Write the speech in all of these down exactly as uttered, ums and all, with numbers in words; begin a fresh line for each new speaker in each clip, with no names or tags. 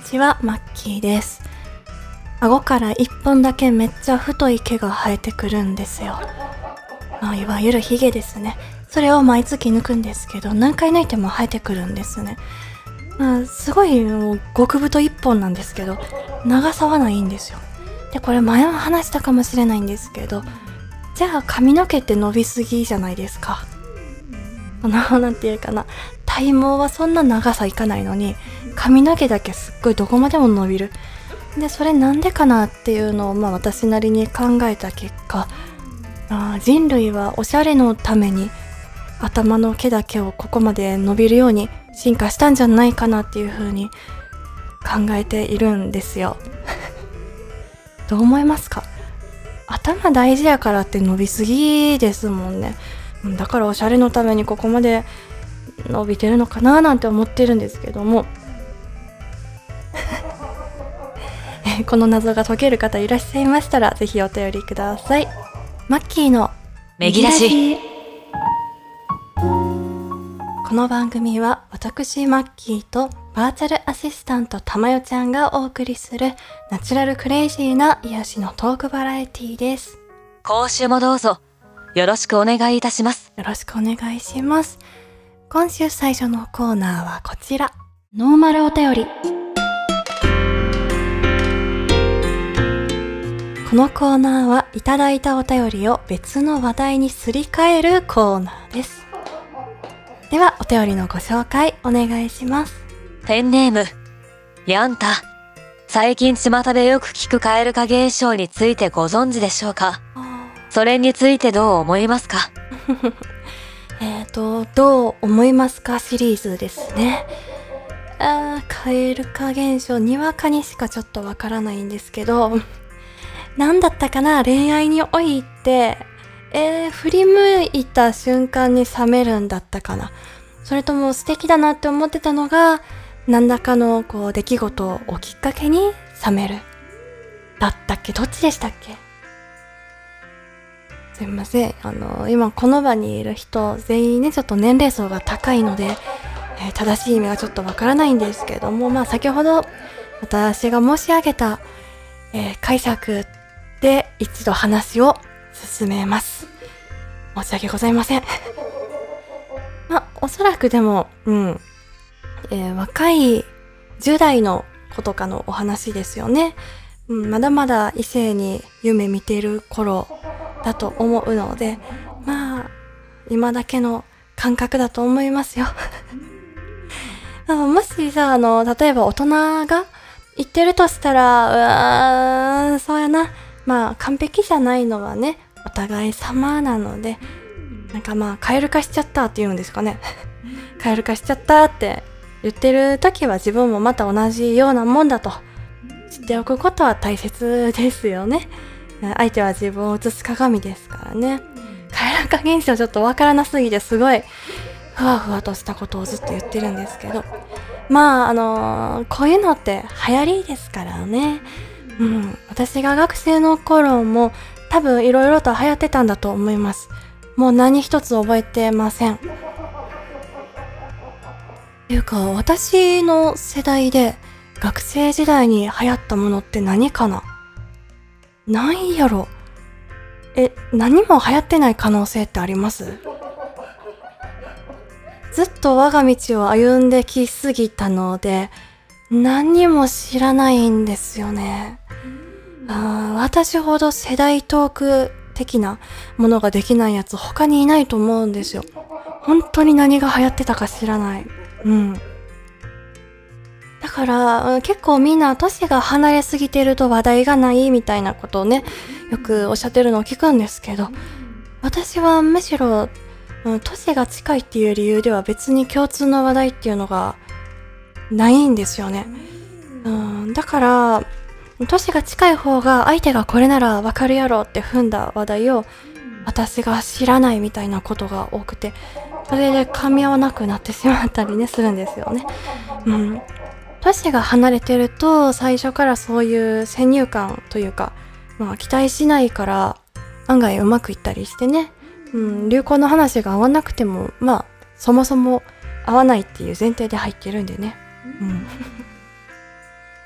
ちは、マッキーです。顎から一本だけめっちゃ太い毛が生えてくるんですよ。まあ、いわゆるヒゲですね。それを毎月抜くんですけど、何回抜いても生えてくるんですね。まあ、すごいもう極太一本なんですけど、長さはないんですよ。で、これ前も話したかもしれないんですけど、じゃあ髪の毛って伸びすぎじゃないですか。あの、なんていうかな、体毛はそんな長さいかないのに、髪の毛だけすっごいどこまでも伸びる。で、それなんでかなっていうのを、まあ私なりに考えた結果、あ人類はおしゃれのために頭の毛だけをここまで伸びるように進化したんじゃないかなっていう風に考えているんですよ。どう思いますか？頭大事やからって伸びすぎですもんね。だからおしゃれのためにここまで伸びてるのかななんて思ってるんですけどもこの謎が解ける方いらっしゃいましたらぜひお便りください。マッキーの
めぎらし。
この番組は私マッキーとバーチャルアシスタントたまよちゃんがお送りするナチュラルクレイジーな癒しのトークバラエティです。
今週もどうぞよろしくお願いいたします。
よろしくお願いします。今週最初のコーナーはこちら、ノーマルお便り。このコーナーはいただいたお便りを別の話題にすり替えるコーナーです。ではお便りのご紹介お願いします。
ペンネームヤンタ。最近巷でよく聞く蛙化現象についてご存知でしょうか？それについてどう思いますか？
えーと、どう思いますかシリーズですね。あー、蛙化現象、にわかにしかちょっとわからないんですけど、なんだったかな、恋愛において、えー、振り向いた瞬間に冷めるんだったかな。それとも素敵だなって思ってたのが、何らかのこう出来事をきっかけに冷める。だったっけ？どっちでしたっけ？すいません。あの、今この場にいる人全員ね、ちょっと年齢層が高いので、えー、正しい意味がちょっとわからないんですけども、まあ先ほど私が申し上げた、えー、解釈で一度話を進めます。申し訳ございません。まあ、おそらくでも、うん、えー、若いじゅう代の子とかのお話ですよね。うん、まだまだ異性に夢見ている頃だと思うので、まあ、今だけの感覚だと思いますよ。もしさ、あの、例えば大人が言ってるとしたら、うーん、そうやな。まあ、完璧じゃないのはね、お互い様なので、なんかまあ、蛙化しちゃったって言うんですかね。蛙化しちゃったって言ってる時は自分もまた同じようなもんだと知っておくことは大切ですよね。相手は自分を映す鏡ですからね。蛙化現象ちょっとわからなすぎてすごいふわふわとしたことをずっと言ってるんですけど、まああのー、こういうのって流行りですからね。うん、私が学生の頃も多分いろいろと流行ってたんだと思います。もう何一つ覚えてません。っていうか私の世代で学生時代に流行ったものって何かな？なんやろ？え、何も流行ってない可能性ってあります？ずっと我が道を歩んできすぎたので何にも知らないんですよね。あ、私ほど世代トーク的なものができないやつ他にいないと思うんですよ。本当に何が流行ってたか知らない。うん。だから、結構みんな年が離れすぎてると話題がないみたいなことをね、よくおっしゃってるのを聞くんですけど、私はむしろ、うん、年が近いっていう理由では別に共通の話題っていうのがないんですよね。うん、だから、年が近い方が相手がこれならわかるやろって踏んだ話題を私が知らないみたいなことが多くて、それで噛み合わなくなってしまったりね、するんですよね。うん。年が離れてると最初からそういう先入観というか、まあ期待しないから案外うまくいったりしてね、うん、流行の話が合わなくてもまあそもそも合わないっていう前提で入ってるんでね、うん、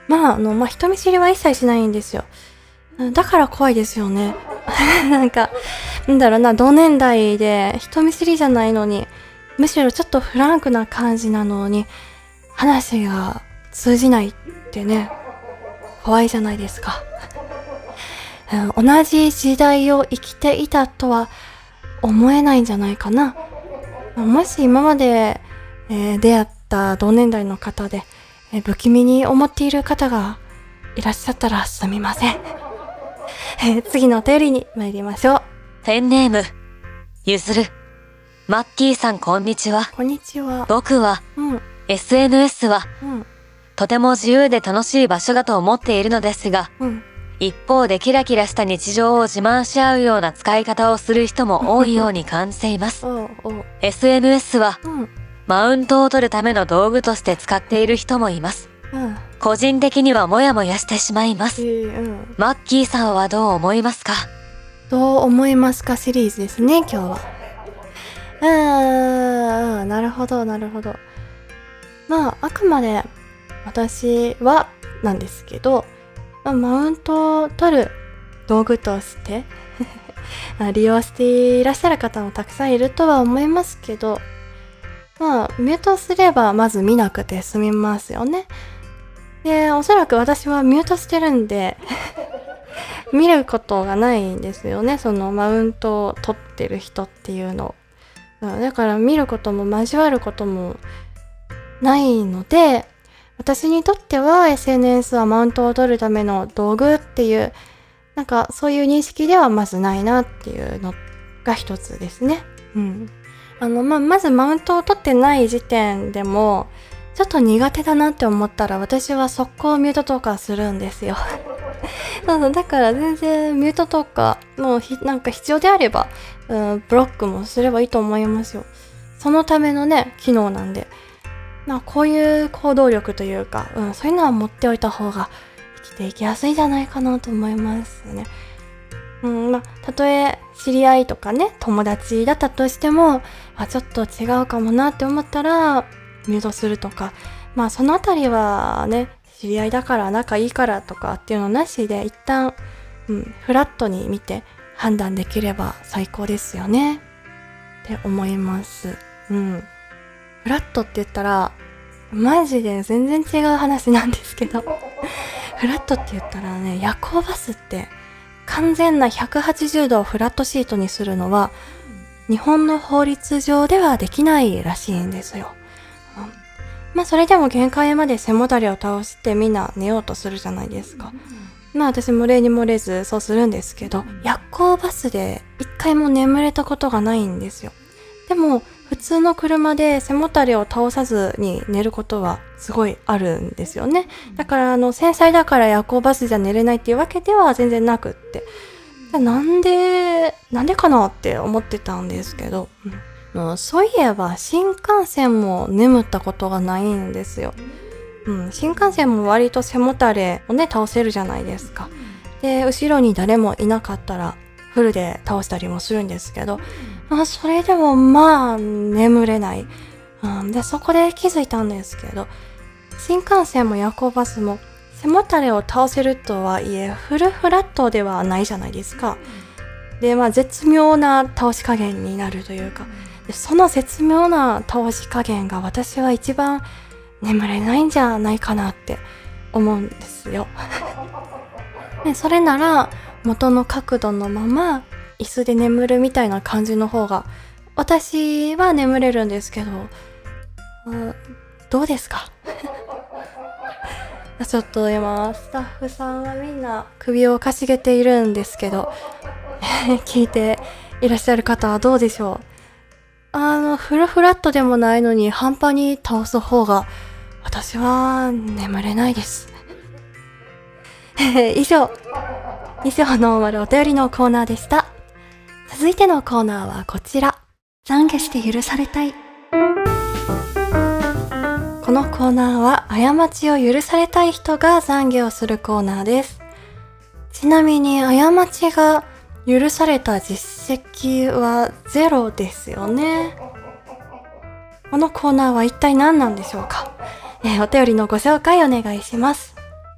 まあ、あの、まあ、人見知りは一切しないんですよ。だから怖いですよね。なんか、なんだろうな、同年代で人見知りじゃないのに、むしろちょっとフランクな感じなのに、話が通じないってね、怖いじゃないですか。同じ時代を生きていたとは思えないんじゃないかな。もし今まで、えー、出会った同年代の方で、えー、不気味に思っている方がいらっしゃったらすみません。えー、次のお便りに参りましょう。
ペンネーム、ゆずる。マッキーさんこんにちは。
こんにちは。
僕は、
うん、
エスエヌエス は、
うん、
とても自由で楽しい場所だと思っているのですが、
うん、
一方でキラキラした日常を自慢し合うような使い方をする人も多いように感じています。
おうおう、
エスエヌエス は、
うん、
マウントを取るための道具として使っている人もいます。
うん、
個人的にはモヤモヤしてしまいま
え
す。
ー、うん。
マッキーさんはどう思いますか？
どう思いますかシリーズですね、今日は。うーん、なるほど、なるほど。まあ、あくまで私はなんですけど、まあ、マウントを取る道具として利用していらっしゃる方もたくさんいるとは思いますけど、まあ、ミュートすればまず見なくて済みますよね。で、おそらく私はミュートしてるんで、見ることがないんですよね。そのマウントを取ってる人っていうの。だから見ることも交わることもないので、私にとっては エスエヌエス はマウントを取るための道具っていう、なんかそういう認識ではまずないなっていうのが一つですね。うん。あの、まあ、まずマウントを取ってない時点でも、ちょっと苦手だなって思ったら私は速攻ミュートとかするんですよ。そうそう、だから全然ミュートとか、もうひなんか必要であれば、うん、ブロックもすればいいと思いますよ。そのためのね、機能なんで。まあ、こういう行動力というか、うん、そういうのは持っておいた方が生きていきやすいんじゃないかなと思いますね。うん、まあ、たとえ知り合いとかね、友達だったとしても、あ、ちょっと違うかもなって思ったら、ミュートするとか、まあ、そのあたりはね、知り合いだから仲いいからとかっていうのなしで、一旦、うん、フラットに見て判断できれば最高ですよね。って思います。うん。フラットって言ったら、マジで全然違う話なんですけど、フラットって言ったらね、夜行バスって完全なひゃくはちじゅうどをフラットシートにするのは、日本の法律上ではできないらしいんですよ。うん、まあそれでも限界まで背もたれを倒してみんな寝ようとするじゃないですか。まあ私も例に漏れずそうするんですけど、夜行バスで一回も眠れたことがないんですよ。でも、普通の車で背もたれを倒さずに寝ることはすごいあるんですよね。だからあの繊細だから夜行バスじゃ寝れないっていうわけでは全然なくって。なんで、なんでかなって思ってたんですけど、うん、そういえば新幹線も眠ったことがないんですよ。うん、新幹線も割と背もたれをね倒せるじゃないですか。で、後ろに誰もいなかったらフルで倒したりもするんですけど、あ、それでもまあ眠れない、うん、でそこで気づいたんですけど、新幹線も夜行バスも背もたれを倒せるとはいえフルフラットではないじゃないですか。で、まあ絶妙な倒し加減になるというか、でその絶妙な倒し加減が私は一番眠れないんじゃないかなって思うんですよ。でそれなら元の角度のまま椅子で眠るみたいな感じの方が私は眠れるんですけど、どうですか？ちょっと今スタッフさんはみんな首をかしげているんですけど聞いていらっしゃる方はどうでしょう？あのフルフラットでもないのに半端に倒す方が私は眠れないです以上以上ノーマルお便りのコーナーでした。続いてのコーナーはこちら。懺悔して許されたい。このコーナーは過ちを許されたい人が懺悔をするコーナーです。ちなみに過ちが許された実績はゼロですよね。このコーナーは一体何なんでしょうか？えー、お便りのご紹介お願いします。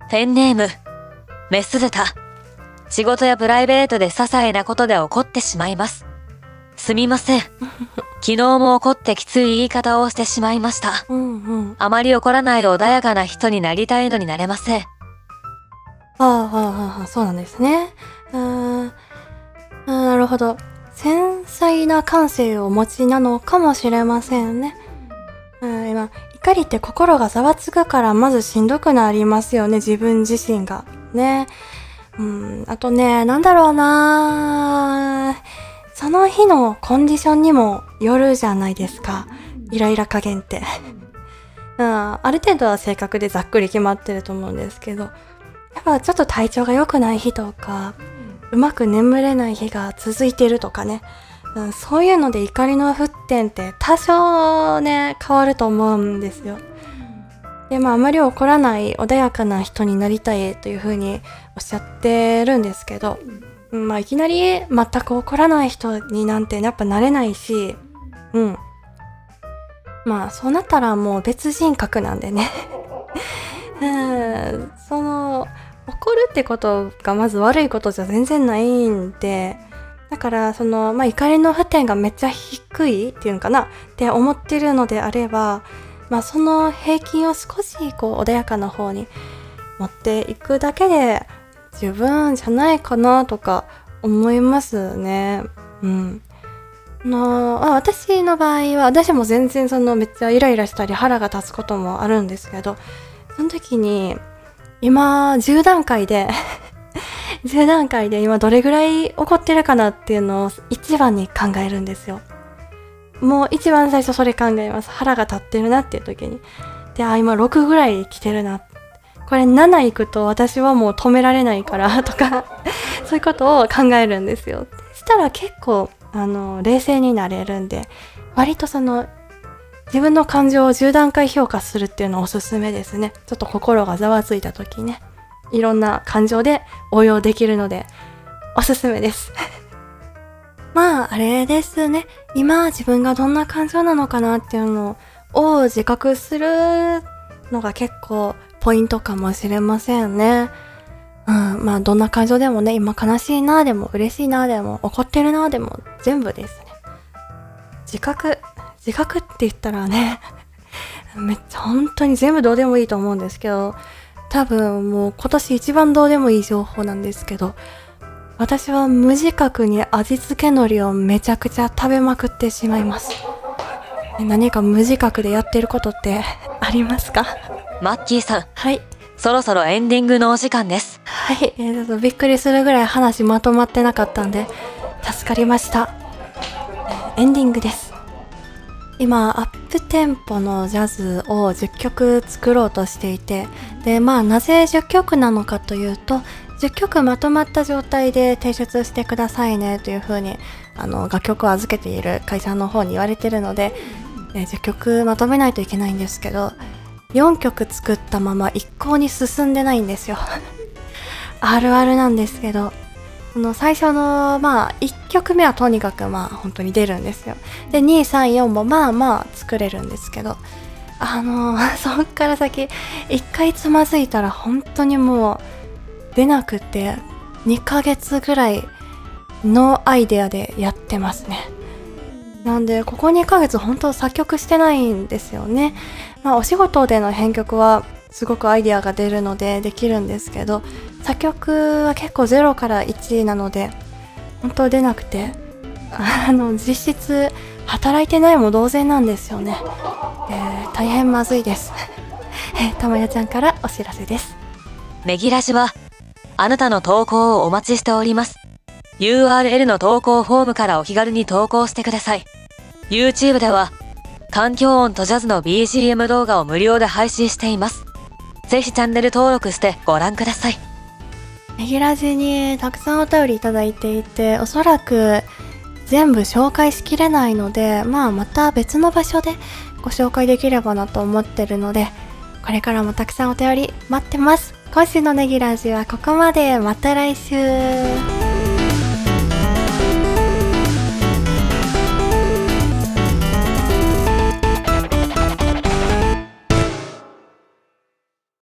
ペンネーム、メスズタ。仕事やプライベートで些細なことで怒ってしまいます。すみません。昨日も怒ってきつい言い方をしてしまいました。
うんうん。
あまり怒らないで穏やかな人になりたいのになれません。
ああ、ああ、そうなんですね。うーん。なるほど。繊細な感性をお持ちなのかもしれませんね。うん、今、怒りって心がざわつくからまずしんどくなりますよね、自分自身が。ね。うん、あとね、なんだろうなその日のコンディションにもよるじゃないですか。イライラ加減って。うん、ある程度は正確でざっくり決まってると思うんですけど、やっぱちょっと体調が良くない日とか、うまく眠れない日が続いてるとかね、うん、そういうので怒りの沸点って多少ね、変わると思うんですよ。で、まああまり怒らない穏やかな人になりたいというふうにおっしゃってるんですけど、うん、まあいきなり全く怒らない人になんてやっぱなれないし、うん。まあそうなったらもう別人格なんでね。うん、その、怒るってことがまず悪いことじゃ全然ないんで、だからその、まあ怒りの沸点がめっちゃ低いっていうのかなって思ってるのであれば、まあその平均を少しこう穏やかな方に持っていくだけで十分じゃないかなとか思いますね。うん。のあ私の場合は、私も全然そのめっちゃイライラしたり腹が立つこともあるんですけど、その時に今じゅう段階でじゅう段階で今どれぐらい怒ってるかなっていうのを一番に考えるんですよ。もう一番最初それ考えます。腹が立ってるなっていう時に。で、あ、今ろくぐらい来てるな。これなな行くと私はもう止められないからとか、そういうことを考えるんですよ。そしたら結構、あの、冷静になれるんで、割とその、自分の感情をじゅう段階評価するっていうのはおすすめですね。ちょっと心がざわついた時ね。いろんな感情で応用できるので、おすすめです。まあ、あれですね。今自分がどんな感情なのかなっていうのを自覚するのが結構ポイントかもしれませんね。うん、まあどんな感情でもね、今悲しいなでも嬉しいなでも怒ってるなでも全部ですね。自覚、自覚って言ったらね、めっちゃ本当に全部どうでもいいと思うんですけど、多分もう今年一番どうでもいい情報なんですけど、私は無自覚に味付け海苔をめちゃくちゃ食べまくってしまいます。何か無自覚でやってることってありますか？
マッキーさん。
はい。
そろそろエンディングのお時間です。
はい。えー、ちょっとびっくりするぐらい話まとまってなかったんで、助かりました。エンディングです。今、アップテンポのジャズをじゅっきょく作ろうとしていて、で、まあ、なぜじゅっきょくなのかというと、じゅっきょくまとまった状態で提出してくださいねというふうに、あの、楽曲を預けている会社の方に言われてるので、えー、じゅっきょくまとめないといけないんですけど、よんきょく作ったまま一向に進んでないんですよ。あるあるなんですけど、その最初の、まあ、いっきょくめはとにかくまあ、本当に出るんですよ。で、に、さん、よんもまあまあ作れるんですけど、あのー、そっから先、一回つまずいたら本当にもう、出なくて、にかげつぐらいのアイデアでやってますね。なんで、ここにかげつ本当作曲してないんですよね。まあ、お仕事での編曲はすごくアイデアが出るのでできるんですけど、作曲は結構ゼロからいちなので、本当出なくて、あの、実質働いてないも同然なんですよね。えー、大変まずいです。えー、たまやちゃんからお知らせです。
ネギラジは、あなたの投稿をお待ちしております。ユーアールエル の投稿フォームからお気軽に投稿してください。YouTube では、環境音とジャズの ビージーエム 動画を無料で配信しています。ぜひチャンネル登録してご覧ください。
ネギラジにたくさんお便りいただいていて、おそらく全部紹介しきれないので、まあまた別の場所でご紹介できればなと思ってるので、これからもたくさんお便り待ってます。今週のネギラジはここまで。また来週。